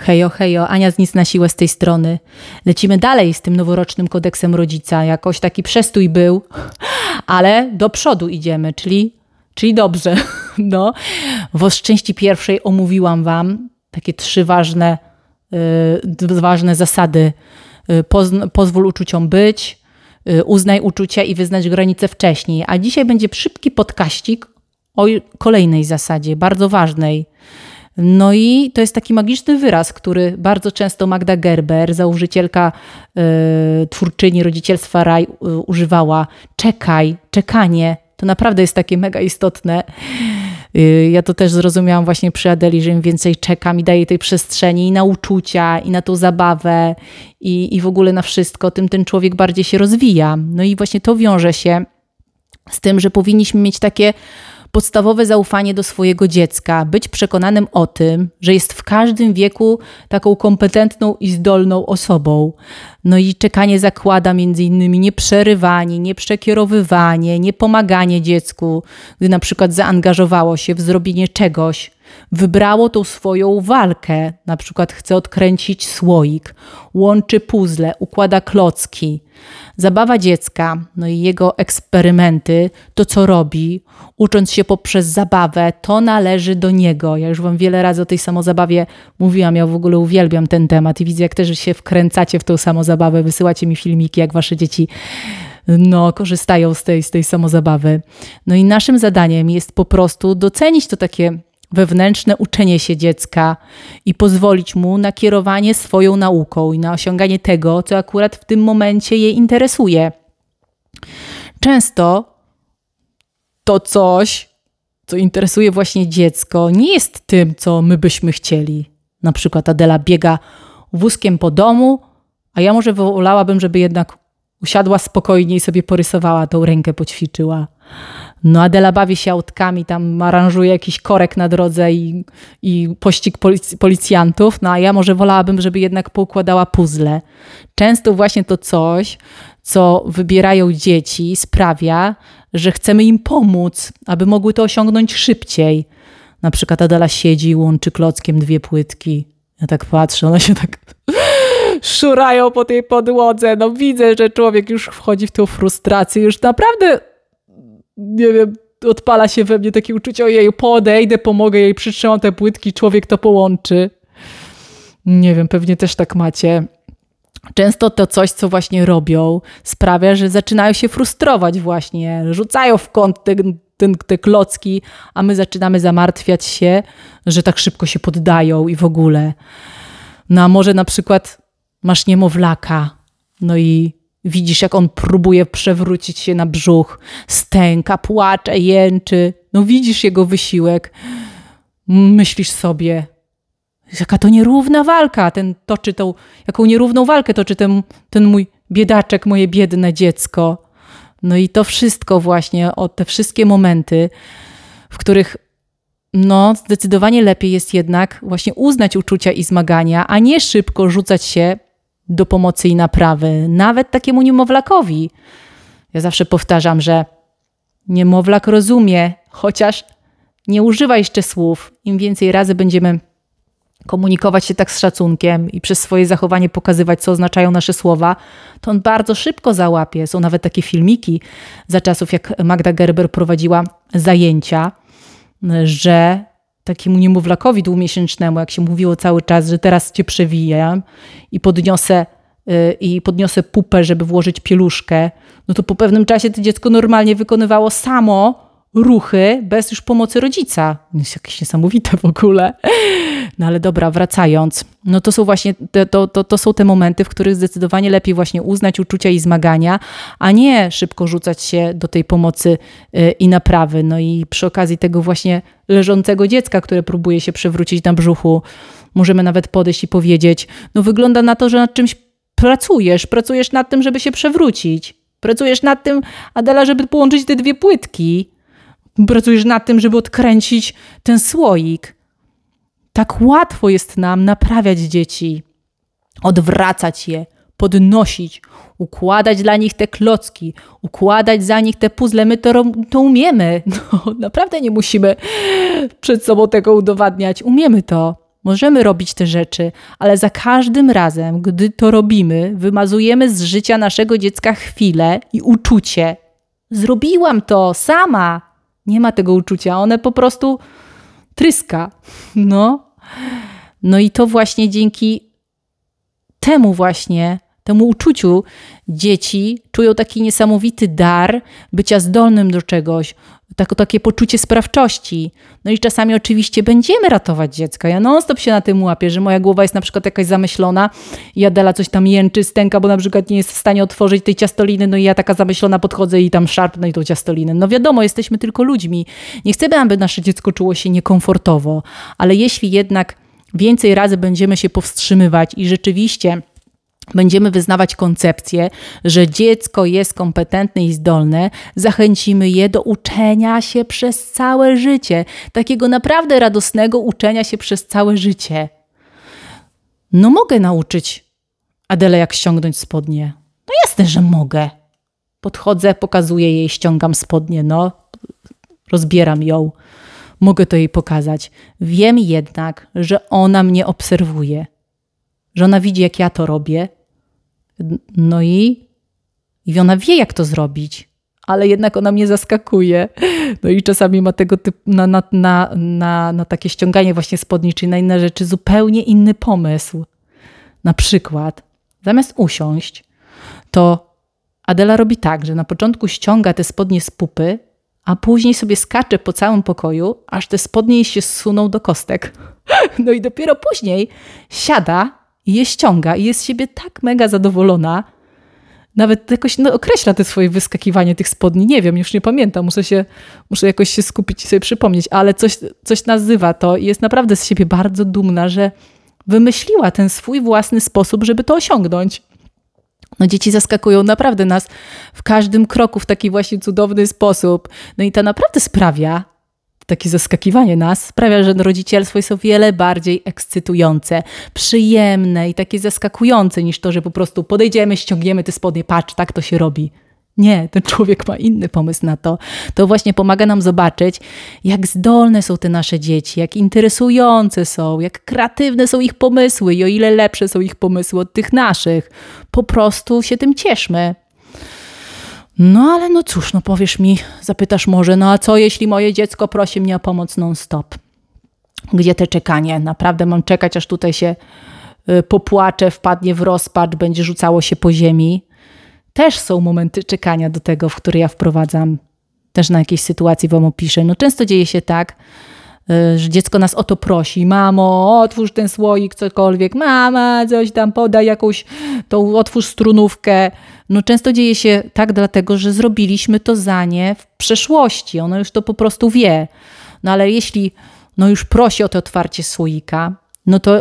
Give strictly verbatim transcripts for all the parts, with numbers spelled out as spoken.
Hejo, hejo, Ania z Nic na siłę z tej strony. Lecimy dalej z tym noworocznym kodeksem rodzica. Jakoś taki przestój był, ale do przodu idziemy, czyli, czyli dobrze. No. W części pierwszej omówiłam wam takie trzy ważne, yy, ważne zasady. Yy, pozn- pozwól uczuciom być, yy, uznaj uczucia i wyznać granice wcześniej. A dzisiaj będzie szybki podkaścik o kolejnej zasadzie, bardzo ważnej. No i to jest taki magiczny wyraz, który bardzo często Magda Gerber, założycielka y, twórczyni rodzicielstwa Raj, y, używała. Czekaj, czekanie. To naprawdę jest takie mega istotne. Y, ja to też zrozumiałam właśnie przy Adeli, że im więcej czekam i daję tej przestrzeni i na uczucia, i na tą zabawę, i, i w ogóle na wszystko, tym ten człowiek bardziej się rozwija. No i właśnie to wiąże się z tym, że powinniśmy mieć takie podstawowe zaufanie do swojego dziecka, być przekonanym o tym, że jest w każdym wieku taką kompetentną i zdolną osobą. No i czekanie zakłada między innymi nieprzerywanie, nieprzekierowywanie, niepomaganie dziecku, gdy na przykład zaangażowało się w zrobienie czegoś, wybrało tą swoją walkę, na przykład chce odkręcić słoik, łączy puzzle, układa klocki. Zabawa dziecka, no i jego eksperymenty, to co robi, ucząc się poprzez zabawę, to należy do niego. Ja już wam wiele razy o tej samozabawie mówiłam, ja w ogóle uwielbiam ten temat i widzę, jak też się wkręcacie w tą samozabawę, wysyłacie mi filmiki, jak wasze dzieci no, korzystają z tej, z tej samozabawy. No i naszym zadaniem jest po prostu docenić to takie wewnętrzne uczenie się dziecka i pozwolić mu na kierowanie swoją nauką i na osiąganie tego, co akurat w tym momencie je interesuje. Często to coś, co interesuje właśnie dziecko, nie jest tym, co my byśmy chcieli. Na przykład Adela biega wózkiem po domu, a ja może wolałabym, żeby jednak usiadła spokojnie i sobie porysowała, tą rękę poćwiczyła. No Adela bawi się autkami, tam aranżuje jakiś korek na drodze i, i pościg polic- policjantów, no a ja może wolałabym, żeby jednak poukładała puzzle. Często właśnie to coś, co wybierają dzieci, sprawia, że chcemy im pomóc, aby mogły to osiągnąć szybciej. Na przykład Adela siedzi i łączy klockiem dwie płytki. Ja tak patrzę, one się tak szurają po tej podłodze. No widzę, że człowiek już wchodzi w tą frustrację, już naprawdę nie wiem, odpala się we mnie takie uczucie, ojej, podejdę, pomogę jej, przytrzymam te płytki, człowiek to połączy. Nie wiem, pewnie też tak macie. Często to coś, co właśnie robią, sprawia, że zaczynają się frustrować właśnie, rzucają w kąt te, te, te klocki, a my zaczynamy zamartwiać się, że tak szybko się poddają i w ogóle. No a może na przykład masz niemowlaka, no i widzisz, jak on próbuje przewrócić się na brzuch, stęka, płacze, jęczy. No widzisz jego wysiłek. Myślisz sobie, jaka to nierówna walka. Ten toczy tą, jaką nierówną walkę toczy ten, ten mój biedaczek, moje biedne dziecko. No i to wszystko właśnie, o te wszystkie momenty, w których no zdecydowanie lepiej jest jednak właśnie uznać uczucia i zmagania, a nie szybko rzucać się do pomocy i naprawy, nawet takiemu niemowlakowi. Ja zawsze powtarzam, że niemowlak rozumie, chociaż nie używa jeszcze słów. Im więcej razy będziemy komunikować się tak z szacunkiem i przez swoje zachowanie pokazywać, co oznaczają nasze słowa, to on bardzo szybko załapie. Są nawet takie filmiki za czasów, jak Magda Gerber prowadziła zajęcia, że takiemu niemowlakowi dwumiesięcznemu, jak się mówiło cały czas, że teraz cię przewijam i podniosę, yy, i podniosę pupę, żeby włożyć pieluszkę, no to po pewnym czasie to dziecko normalnie wykonywało samo ruchy bez już pomocy rodzica. Jest jakieś niesamowite w ogóle. No ale dobra, wracając. No to są właśnie te, to, to, to są te momenty, w których zdecydowanie lepiej właśnie uznać uczucia i zmagania, a nie szybko rzucać się do tej pomocy yy, i naprawy. No i przy okazji tego właśnie leżącego dziecka, które próbuje się przewrócić na brzuchu, możemy nawet podejść i powiedzieć, no wygląda na to, że nad czymś pracujesz. Pracujesz nad tym, żeby się przewrócić. Pracujesz nad tym, Adela, żeby połączyć te dwie płytki. Pracujesz nad tym, żeby odkręcić ten słoik. Tak łatwo jest nam naprawiać dzieci, odwracać je, podnosić, układać dla nich te klocki, układać za nich te puzzle. My to, to umiemy. No, naprawdę nie musimy przed sobą tego udowadniać. Umiemy to. możemy robić te rzeczy, ale za każdym razem, gdy to robimy, wymazujemy z życia naszego dziecka chwilę i uczucie. Zrobiłam to sama. Nie ma tego uczucia, one po prostu tryska. No, no i to właśnie dzięki temu właśnie, temu uczuciu dzieci czują taki niesamowity dar bycia zdolnym do czegoś, tak, takie poczucie sprawczości. No i czasami oczywiście będziemy ratować dziecka. Ja non stop się na tym łapię, że moja głowa jest na przykład jakaś zamyślona i Adela coś tam jęczy, stęka, bo na przykład nie jest w stanie otworzyć tej ciastoliny, no i ja taka zamyślona podchodzę i tam szarpnę tą ciastolinę. No wiadomo, jesteśmy tylko ludźmi. Nie chcemy, aby nasze dziecko czuło się niekomfortowo, ale jeśli jednak więcej razy będziemy się powstrzymywać i rzeczywiście będziemy wyznawać koncepcję, że dziecko jest kompetentne i zdolne, zachęcimy je do uczenia się przez całe życie. Takiego naprawdę radosnego uczenia się przez całe życie. No mogę nauczyć Adelę, jak ściągnąć spodnie. No jasne, że mogę. Podchodzę, pokazuję jej, ściągam spodnie, no. Rozbieram ją. Mogę to jej pokazać. Wiem jednak, że ona mnie obserwuje. Że ona widzi, jak ja to robię. No i, i ona wie, jak to zrobić, ale jednak ona mnie zaskakuje. No i czasami ma tego typu, na, na, na, na, na takie ściąganie właśnie spodni, czy na inne rzeczy zupełnie inny pomysł. Na przykład, zamiast usiąść, to Adela robi tak, że na początku ściąga te spodnie z pupy, a później sobie skacze po całym pokoju, aż te spodnie jej się zsuną do kostek. No i dopiero później siada i je ściąga i jest z siebie tak mega zadowolona. Nawet jakoś no, określa te swoje wyskakiwanie tych spodni. Nie wiem, już nie pamiętam. Muszę się, muszę jakoś się skupić i sobie przypomnieć, ale coś, coś nazywa to i jest naprawdę z siebie bardzo dumna, że wymyśliła ten swój własny sposób, żeby to osiągnąć. No dzieci zaskakują naprawdę nas w każdym kroku w taki właśnie cudowny sposób. No i to naprawdę sprawia, takie zaskakiwanie nas sprawia, że rodzicielstwo jest o wiele bardziej ekscytujące, przyjemne i takie zaskakujące niż to, że po prostu podejdziemy, ściągniemy te spodnie, patrz, tak to się robi. Nie, ten człowiek ma inny pomysł na to. To właśnie pomaga nam zobaczyć, jak zdolne są te nasze dzieci, jak interesujące są, jak kreatywne są ich pomysły i o ile lepsze są ich pomysły od tych naszych. Po prostu się tym cieszmy. No ale no cóż, no powiesz mi, zapytasz może, no a co jeśli moje dziecko prosi mnie o pomoc non-stop? Gdzie te czekanie? Naprawdę mam czekać, aż tutaj się popłacze, wpadnie w rozpacz, będzie rzucało się po ziemi. Też są momenty czekania do tego, w które ja wprowadzam. Też na jakiejś sytuacji wam opiszę. No często dzieje się tak, że dziecko nas o to prosi. Mamo, otwórz ten słoik, cokolwiek. Mama, coś tam podaj jakąś, tą otwórz strunówkę. No często dzieje się tak dlatego, że zrobiliśmy to za nie w przeszłości. Ono już to po prostu wie. No ale jeśli no już prosi o to otwarcie słoika, no to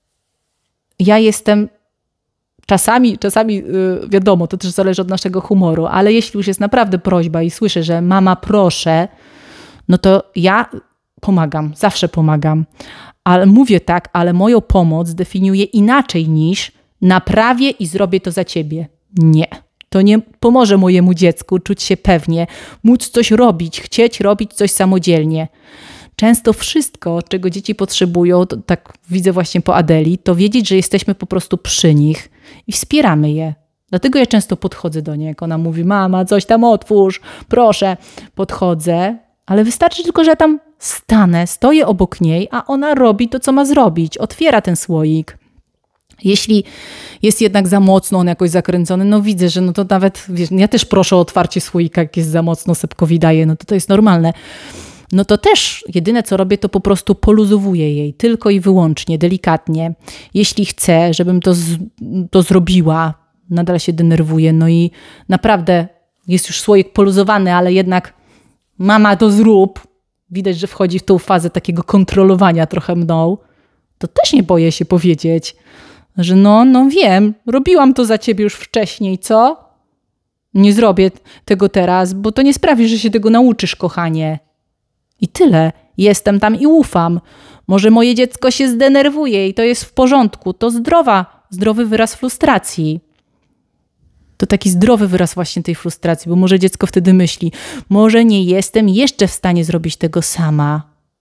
ja jestem czasami, czasami wiadomo, to też zależy od naszego humoru, ale jeśli już jest naprawdę prośba i słyszę, że mama proszę, no to ja pomagam, zawsze pomagam. Ale mówię tak, ale moją pomoc definiuję inaczej niż naprawię i zrobię to za ciebie. Nie. To nie pomoże mojemu dziecku czuć się pewnie, móc coś robić, chcieć robić coś samodzielnie. Często wszystko, czego dzieci potrzebują, to tak widzę właśnie po Adeli, to wiedzieć, że jesteśmy po prostu przy nich i wspieramy je. Dlatego ja często podchodzę do niej, jak ona mówi, mama, coś tam otwórz, proszę. Podchodzę, ale wystarczy tylko, że ja tam stanę, stoję obok niej, a ona robi to, co ma zrobić. Otwiera ten słoik. Jeśli jest jednak za mocno on jakoś zakręcony, no widzę, że no to nawet, wiesz, ja też proszę o otwarcie słoika, jak jest za mocno, sepkowi daje, no to to jest normalne. No to też jedyne, co robię, to po prostu poluzowuję jej, tylko i wyłącznie, delikatnie. Jeśli chcę, żebym to, z, to zrobiła, nadal się denerwuję, no i naprawdę jest już słoik poluzowany, ale jednak mama, to zrób. Widać, że wchodzi w tą fazę takiego kontrolowania trochę mną. To też nie boję się powiedzieć, że no, no wiem, robiłam to za ciebie już wcześniej, co? Nie zrobię tego teraz, bo to nie sprawi, że się tego nauczysz, kochanie. I tyle. Jestem tam i ufam. Może moje dziecko się zdenerwuje i to jest w porządku. To zdrowa, zdrowy wyraz frustracji. To taki zdrowy wyraz właśnie tej frustracji, bo może dziecko wtedy myśli, może nie jestem jeszcze w stanie zrobić tego sama.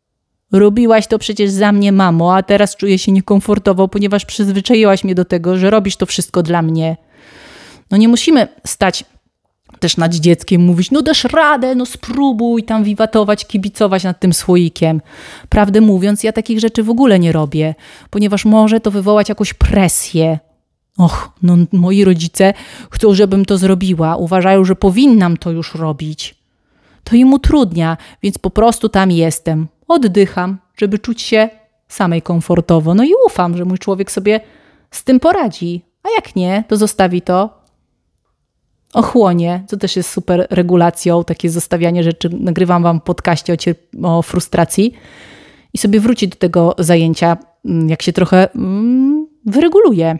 Robiłaś to przecież za mnie, mamo, a teraz czuję się niekomfortowo, ponieważ przyzwyczaiłaś mnie do tego, że robisz to wszystko dla mnie. No nie musimy stać też nad dzieckiem, mówić, no dasz radę, no spróbuj tam wiwatować, kibicować nad tym słoikiem. Prawdę mówiąc, ja takich rzeczy w ogóle nie robię, ponieważ może to wywołać jakąś presję. Och, no moi rodzice chcą, żebym to zrobiła, uważają, że powinnam to już robić. To im utrudnia, więc po prostu tam jestem. Oddycham, żeby czuć się samej komfortowo. No i ufam, że mój człowiek sobie z tym poradzi. A jak nie, to zostawi to, ochłonie, co też jest super regulacją, takie zostawianie rzeczy. Nagrywam wam w podcaście o, cierp- o frustracji i sobie wróci do tego zajęcia, jak się trochę mm, wyreguluje.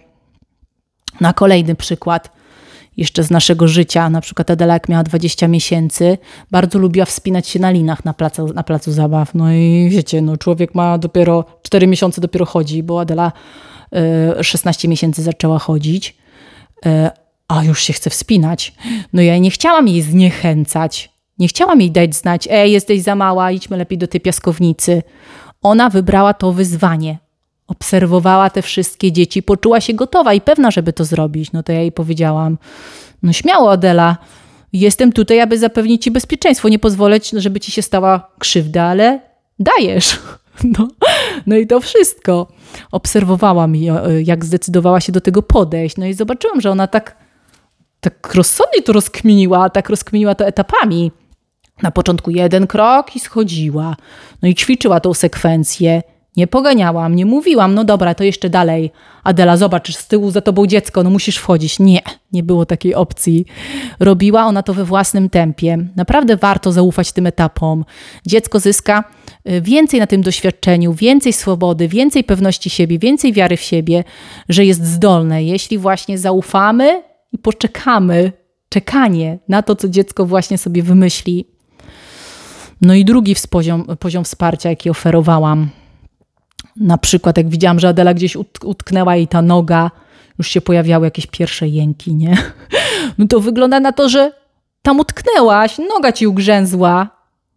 Na kolejny przykład jeszcze z naszego życia, na przykład Adela jak miała dwadzieścia miesięcy, bardzo lubiła wspinać się na linach na placu, na placu zabaw. No i wiecie, no człowiek ma dopiero cztery miesiące dopiero chodzi, bo Adela y, szesnaście miesięcy zaczęła chodzić, y, a już się chce wspinać. No ja nie chciałam jej zniechęcać, nie chciałam jej dać znać, ej, jesteś za mała, idźmy lepiej do tej piaskownicy. Ona wybrała to wyzwanie. Obserwowała te wszystkie dzieci, poczuła się gotowa i pewna, żeby to zrobić. No to ja jej powiedziałam, no śmiało Adela, jestem tutaj, aby zapewnić ci bezpieczeństwo, nie pozwoleć, żeby ci się stała krzywda, ale dajesz. No, no i to wszystko. Obserwowałam, jak zdecydowała się do tego podejść. No i zobaczyłam, że ona tak, tak rozsądnie to rozkminiła, tak rozkminiła to etapami. Na początku jeden krok i schodziła. No i ćwiczyła tą sekwencję. Nie poganiałam, nie mówiłam, no dobra, to jeszcze dalej. Adela, zobacz, z tyłu za tobą dziecko, no musisz wchodzić. Nie, nie było takiej opcji. Robiła ona to we własnym tempie. Naprawdę warto zaufać tym etapom. Dziecko zyska więcej na tym doświadczeniu, więcej swobody, więcej pewności siebie, więcej wiary w siebie, że jest zdolne. Jeśli właśnie zaufamy i poczekamy, czekanie na to, co dziecko właśnie sobie wymyśli. No i drugi poziom, poziom wsparcia, jaki oferowałam. Na przykład jak widziałam, że Adela gdzieś utknęła jej ta noga, już się pojawiały jakieś pierwsze jęki, nie? No to wygląda na to, że tam utknęłaś, noga ci ugrzęzła.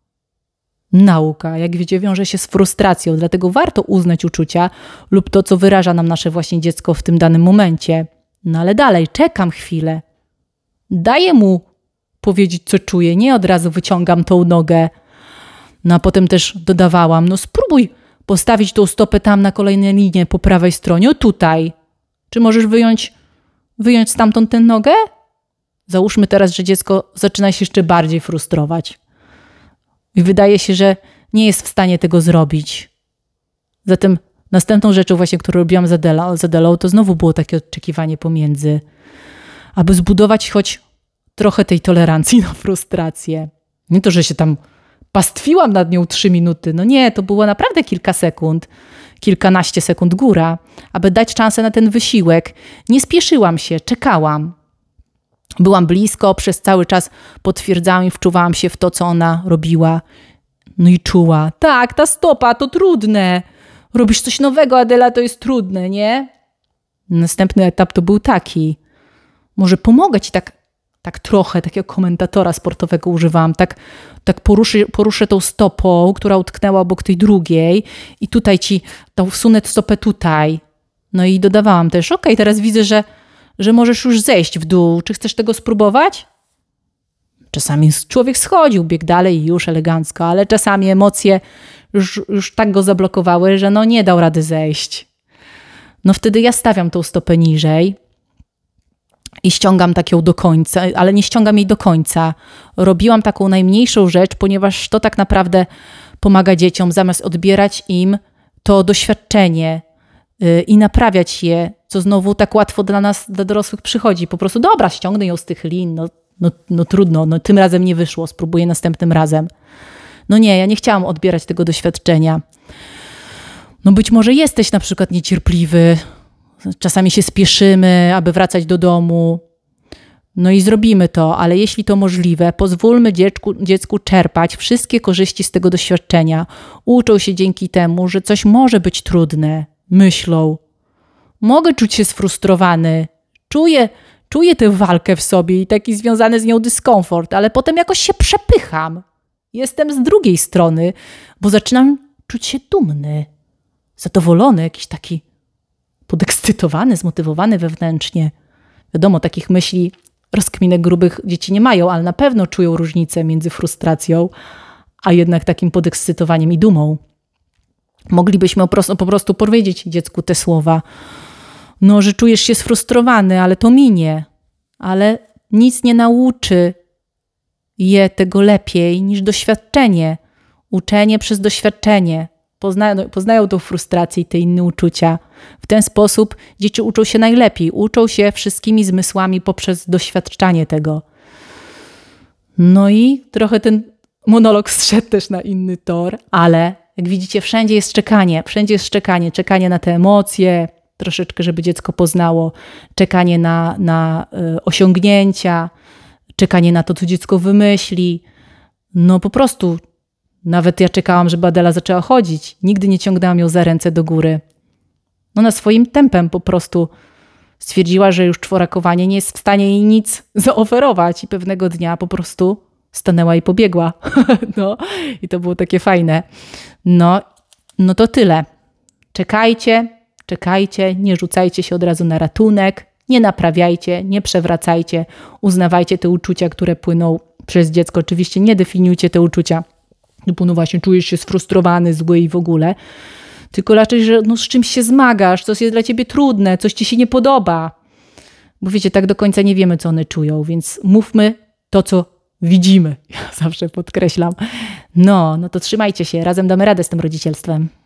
Nauka, jak wiecie, wiąże się z frustracją, dlatego warto uznać uczucia lub to, co wyraża nam nasze właśnie dziecko w tym danym momencie. No ale dalej, czekam chwilę. Daję mu powiedzieć, co czuję, nie od razu wyciągam tą nogę. No a potem też dodawałam, no spróbuj postawić tą stopę tam na kolejnej linie po prawej stronie, o tutaj. Czy możesz wyjąć, wyjąć stamtąd tę nogę? Załóżmy teraz, że dziecko zaczyna się jeszcze bardziej frustrować. I wydaje się, że nie jest w stanie tego zrobić. Zatem następną rzeczą właśnie, którą robiłam z Adelą, z Adelą, to znowu było takie oczekiwanie pomiędzy, aby zbudować choć trochę tej tolerancji na frustrację. Nie to, że się tam pastwiłam nad nią trzy minuty. No nie, to było naprawdę kilka sekund, kilkanaście sekund góra, aby dać szansę na ten wysiłek. Nie spieszyłam się, czekałam. Byłam blisko, przez cały czas potwierdzałam i wczuwałam się w to, co ona robiła. No i czuła, tak, ta stopa, to trudne. Robisz coś nowego, Adela, to jest trudne, nie? Następny etap to był taki. Może pomogę ci tak, tak trochę, takiego komentatora sportowego używałam, tak, tak poruszę, poruszę tą stopą, która utknęła obok tej drugiej i tutaj ci tą wsunę stopę tutaj. No i dodawałam też, okej, okay, teraz widzę, że że możesz już zejść w dół. Czy chcesz tego spróbować? Czasami człowiek schodził, biegł dalej i już elegancko, ale czasami emocje już, już tak go zablokowały, że no nie dał rady zejść. No wtedy ja stawiam tą stopę niżej i ściągam tak ją do końca, ale nie ściągam jej do końca. Robiłam taką najmniejszą rzecz, ponieważ to tak naprawdę pomaga dzieciom, zamiast odbierać im to doświadczenie yy, i naprawiać je, co znowu tak łatwo dla nas, dla dorosłych przychodzi. Po prostu dobra, ściągnę ją z tych lin, no, no, no trudno, no tym razem nie wyszło, spróbuję następnym razem. No nie, ja nie chciałam odbierać tego doświadczenia. No być może jesteś na przykład niecierpliwy, czasami się spieszymy, aby wracać do domu. No i zrobimy to, ale jeśli to możliwe, pozwólmy dziecku, dziecku czerpać wszystkie korzyści z tego doświadczenia. Uczą się dzięki temu, że coś może być trudne, myślą. Mogę czuć się sfrustrowany, czuję, czuję tę walkę w sobie i taki związany z nią dyskomfort, ale potem jakoś się przepycham. Jestem z drugiej strony, bo zaczynam czuć się dumny, zadowolony, jakiś taki podekscytowany, zmotywowany wewnętrznie. Wiadomo, takich myśli rozkminek grubych dzieci nie mają, ale na pewno czują różnicę między frustracją, a jednak takim podekscytowaniem i dumą. Moglibyśmy po prostu, po prostu powiedzieć dziecku te słowa. No, że czujesz się sfrustrowany, ale to minie. Ale nic nie nauczy je tego lepiej niż doświadczenie. Uczenie przez doświadczenie. Poznają, poznają tą frustrację i te inne uczucia. W ten sposób dzieci uczą się najlepiej. Uczą się wszystkimi zmysłami poprzez doświadczanie tego. No i trochę ten monolog zszedł też na inny tor, ale jak widzicie, wszędzie jest czekanie. Wszędzie jest czekanie. Czekanie na te emocje, troszeczkę, żeby dziecko poznało. Czekanie na, na y, osiągnięcia. Czekanie na to, co dziecko wymyśli. No po prostu. Nawet ja czekałam, żeby Adela zaczęła chodzić. Nigdy nie ciągnęłam ją za ręce do góry. No na swoim tempem po prostu stwierdziła, że już czworakowanie nie jest w stanie jej nic zaoferować i pewnego dnia po prostu stanęła i pobiegła. No i to było takie fajne. No, no to tyle. Czekajcie, czekajcie, nie rzucajcie się od razu na ratunek, nie naprawiajcie, nie przewracajcie, uznawajcie te uczucia, które płyną przez dziecko. Oczywiście nie definiujcie te uczucia. Typu, no właśnie, czujesz się sfrustrowany, zły i w ogóle. Tylko raczej, że no, z czymś się zmagasz, coś jest dla ciebie trudne, coś ci się nie podoba. Bo wiecie, tak do końca nie wiemy, co one czują, więc mówmy to, co widzimy. Ja zawsze podkreślam. No, no to trzymajcie się, razem damy radę z tym rodzicielstwem.